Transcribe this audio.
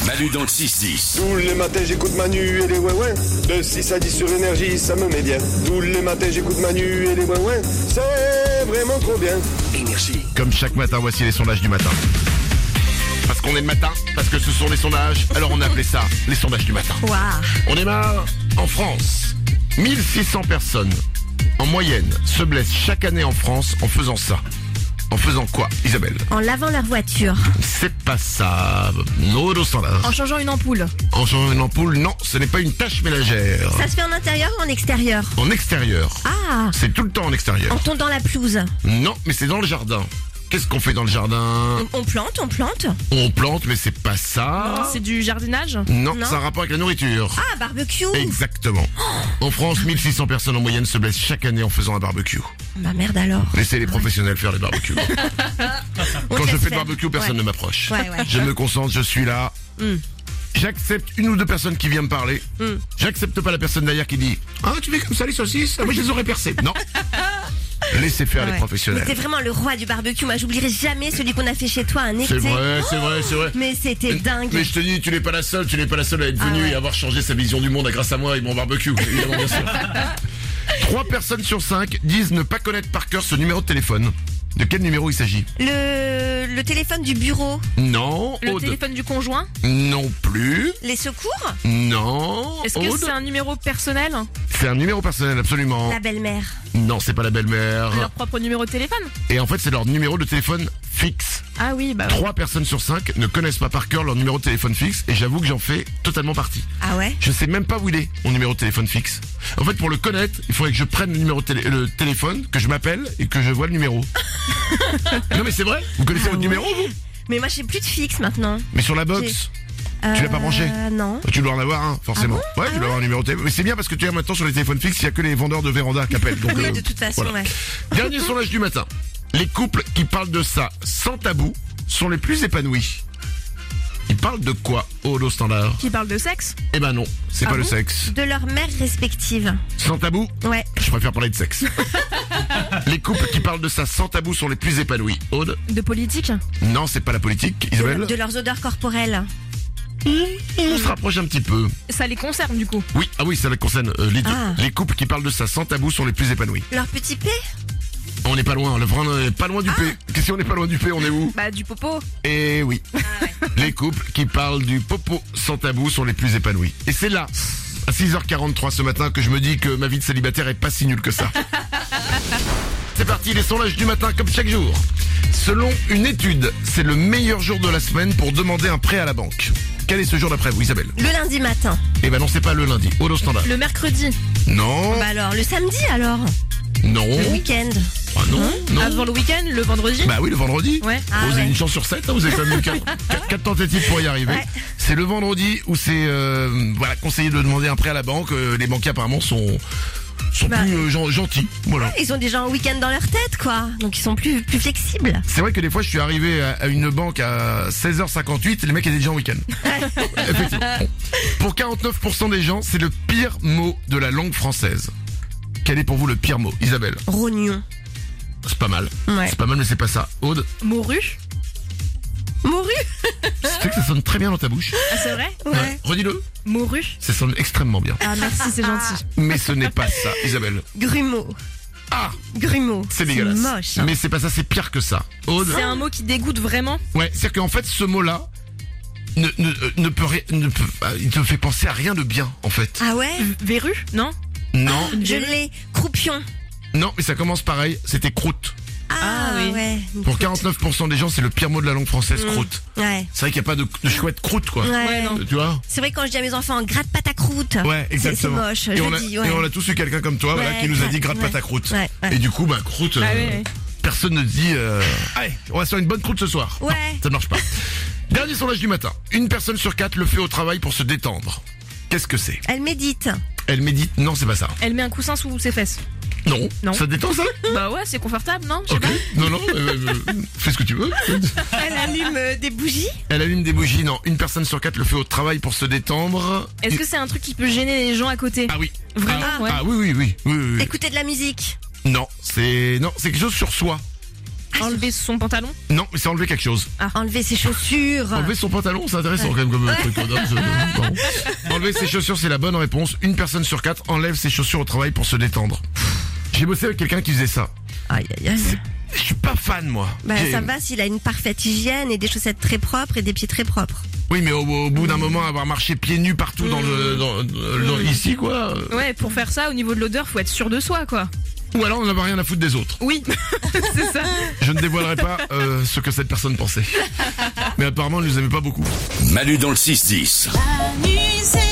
Manu dans le 6-10. Tous les matins j'écoute Manu et les ouin-ouin. De 6 à 10 sur Énergie, ça me met bien. Tous les matins j'écoute Manu et les ouin-ouin. C'est vraiment trop bien. Énergie. Comme chaque matin, voici les sondages du matin. Parce qu'on est le matin, parce que ce sont les sondages, alors on a appelé ça les sondages du matin. Waouh. On est marre. En France, 1600 personnes, en moyenne, se blessent chaque année en France en faisant ça. En faisant quoi, Isabelle? En lavant leur voiture. C'est pas ça. Nos standards. En changeant une ampoule. En changeant une ampoule, non, ce n'est pas une tâche ménagère. Ça se fait en intérieur ou en extérieur? En extérieur. Ah. C'est tout le temps en extérieur. En tondant la pelouse. Non, mais c'est dans le jardin. Qu'est-ce qu'on fait dans le jardin? On plante. On plante, mais c'est pas ça. C'est du jardinage. Non, Non. ça a un rapport avec la nourriture. Ah, barbecue. Exactement. En France, 1600 personnes en moyenne se blessent chaque année en faisant un barbecue. Bah merde alors. Laissez les professionnels faire les barbecues. On Quand te je laisse fais le faire. barbecue, personne Ouais. ne m'approche. Ouais. Je me concentre, je suis là. J'accepte une ou deux personnes qui viennent me parler. J'accepte pas la personne derrière qui dit « Ah, tu fais comme ça les saucisses? Moi je les aurais percées. » Non. Laissez faire les Ouais. professionnels. Mais t'es vraiment le roi du barbecue. Moi, j'oublierai jamais celui qu'on a fait chez toi un été. C'est vrai, c'est vrai, c'est vrai. Mais c'était dingue. Mais je te dis, tu n'es pas la seule à être venue ouais. et avoir changé sa vision du monde grâce à moi et mon barbecue, évidemment, bien sûr. 3 personnes sur 5 disent ne pas connaître par cœur ce numéro de téléphone. De quel numéro il s'agit? Le téléphone du bureau. Non, Le Aude. téléphone du conjoint. Non plus. Les secours. Non, Est-ce que Aude. c'est un numéro personnel? C'est un numéro personnel, absolument. La belle-mère. Non, c'est pas la belle-mère. Leur propre numéro de téléphone? Et en fait, c'est leur numéro de téléphone fixe. Ah oui, bah. 3 personnes sur 5 ne connaissent pas par cœur leur numéro de téléphone fixe et j'avoue que j'en fais totalement partie. Ah ouais. Je sais même pas où il est, mon numéro de téléphone fixe. En fait, pour le connaître, il faudrait que je prenne le numéro le téléphone, que je m'appelle et que je vois le numéro. Non mais c'est vrai, vous connaissez votre numéro vous? Mais moi, j'ai plus de fixe maintenant. Mais sur la box, tu l'as pas branché? Non. Tu dois en avoir un, forcément. Ah bon Ouais, tu dois avoir un numéro de téléphone. Mais c'est bien parce que tu vois maintenant sur les téléphones fixes, il y a que les vendeurs de véranda qui appellent. Donc, Oui, de toute façon, voilà. ouais. Dernier sondage du matin. Les couples qui parlent de ça sans tabou sont les plus épanouis. Ils parlent de quoi, au standard? Qui parle de sexe? Eh ben non, c'est Ah pas le bon sexe. De leurs mères respectives. Sans tabou? Ouais. Je préfère parler de sexe. Les couples qui parlent de ça sans tabou sont les plus épanouis. Aude? De politique? Non, c'est pas la politique. Isabelle? De leurs odeurs corporelles. On se rapproche un petit peu. Ça les concerne du coup. Oui, ah oui, ça les concerne les deux. Ah. Les couples qui parlent de ça sans tabou sont les plus épanouis. Leur petit P. On n'est pas loin, on n'est pas loin du P. Qu'est-ce si on n'est pas loin du P, on est où? Bah du popo. Eh oui. Les couples qui parlent du popo sans tabou sont les plus épanouis. Et c'est là, à 6h43 ce matin, que je me dis que ma vie de célibataire est pas si nulle que ça. C'est parti, les sondages du matin comme chaque jour. Selon une étude, c'est le meilleur jour de la semaine pour demander un prêt à la banque. Quel est ce jour d'après vous, Isabelle? Le lundi matin. Eh ben non, c'est pas le lundi. Au standard. Le mercredi. Non. Bah alors, le samedi alors. Non. Le week-end. Ah non. Non. Avant le week-end, le vendredi. Bah oui, le vendredi. Ouais. Ah vous avez ouais. une chance sur 7, hein, vous avez quand même 4 tentatives pour y arriver. Ouais. C'est le vendredi où c'est voilà, conseillé de demander un prêt à la banque. Les banquiers apparemment sont Bah. plus gentils. Voilà. Ils ont déjà un week-end dans leur tête, quoi. Donc ils sont plus flexibles. C'est vrai que des fois je suis arrivé à une banque à 16h58 et les mecs étaient déjà en week-end. Effectivement. Bon. Pour 49% des gens, c'est le pire mot de la langue française. Quel est pour vous le pire mot, Isabelle? Rognon. C'est pas mal. Ouais. C'est pas mal mais c'est pas ça. Aude, Morue. Morue. c'est que ça sonne très bien dans ta bouche. Ah c'est vrai? Ouais. Redis-le. Morue. Ça sonne extrêmement bien. Ah merci, c'est gentil. Mais ce n'est pas ça, Isabelle. Grumeau. Ah, Grumeau. c'est dégueulasse. Moche. Hein. Mais c'est pas ça, c'est pire que ça. Aude. C'est un mot qui dégoûte vraiment. Ouais, c'est-à-dire qu'en fait, ce mot-là ne peut, il te fait penser à rien de bien, en fait. Ah ouais. Verrue? Non? Non, Je l'ai. Croupion. non, mais ça commence pareil. C'était croûte. Ah, oui. ouais. Pour 49% des gens, c'est le pire mot de la langue française, croûte. Ouais. C'est vrai qu'il n'y a pas de chouette croûte, quoi. Ouais. non. Tu vois? C'est vrai que quand je dis à mes enfants gratte pas ta croûte. Ouais, exactement. C'est moche. Et Je on, le a, dis. et Ouais. on a tous eu quelqu'un comme toi, voilà, Ouais, qui nous a ouais, dit gratte pas ouais. ta croûte. Ouais, ouais. Et du coup, bah, croûte, Ah ouais. personne ne dit, allez, on va se faire une bonne croûte ce soir. Ouais. Non, ça ne marche pas. Dernier sondage du matin. Une personne sur 4 le fait au travail pour se détendre. Qu'est-ce que c'est? Elle médite. Elle médite? Non, c'est pas ça. Elle met un coussin sous ses fesses. Non. Non. Ça te détend, ça? Bah ouais, c'est confortable, non? Je sais Ok. pas. Non, fais ce que tu veux. Elle allume des bougies. Elle allume des bougies. Non, une personne sur 4 le fait au travail pour se détendre. Est-ce que c'est un truc qui peut gêner les gens à côté? Ah oui. Vraiment? Ah, Ouais. ah oui. Écouter de la musique. Non, c'est quelque chose sur soi. Enlever son pantalon. Non, mais c'est enlever quelque chose. Enlever ses chaussures. Enlever son pantalon, c'est intéressant quand même comme truc. Marrant. Enlever ses chaussures, c'est la bonne réponse. Une personne sur 4 enlève ses chaussures au travail pour se détendre. J'ai bossé avec quelqu'un qui faisait ça. Aïe, aïe, aïe. Je suis pas fan, moi. Ça va s'il a une parfaite hygiène et des chaussettes très propres et des pieds très propres. Oui, mais au bout d'un moment, avoir marché pieds nus partout ici, quoi. Ouais, pour faire ça, au niveau de l'odeur, faut être sûr de soi, quoi. Ou alors on n'avait rien à foutre des autres. Oui, c'est ça. Je ne dévoilerai pas ce que cette personne pensait. Mais apparemment, elle nous aimait pas beaucoup. Manu dans le 6-10. Manu, c'est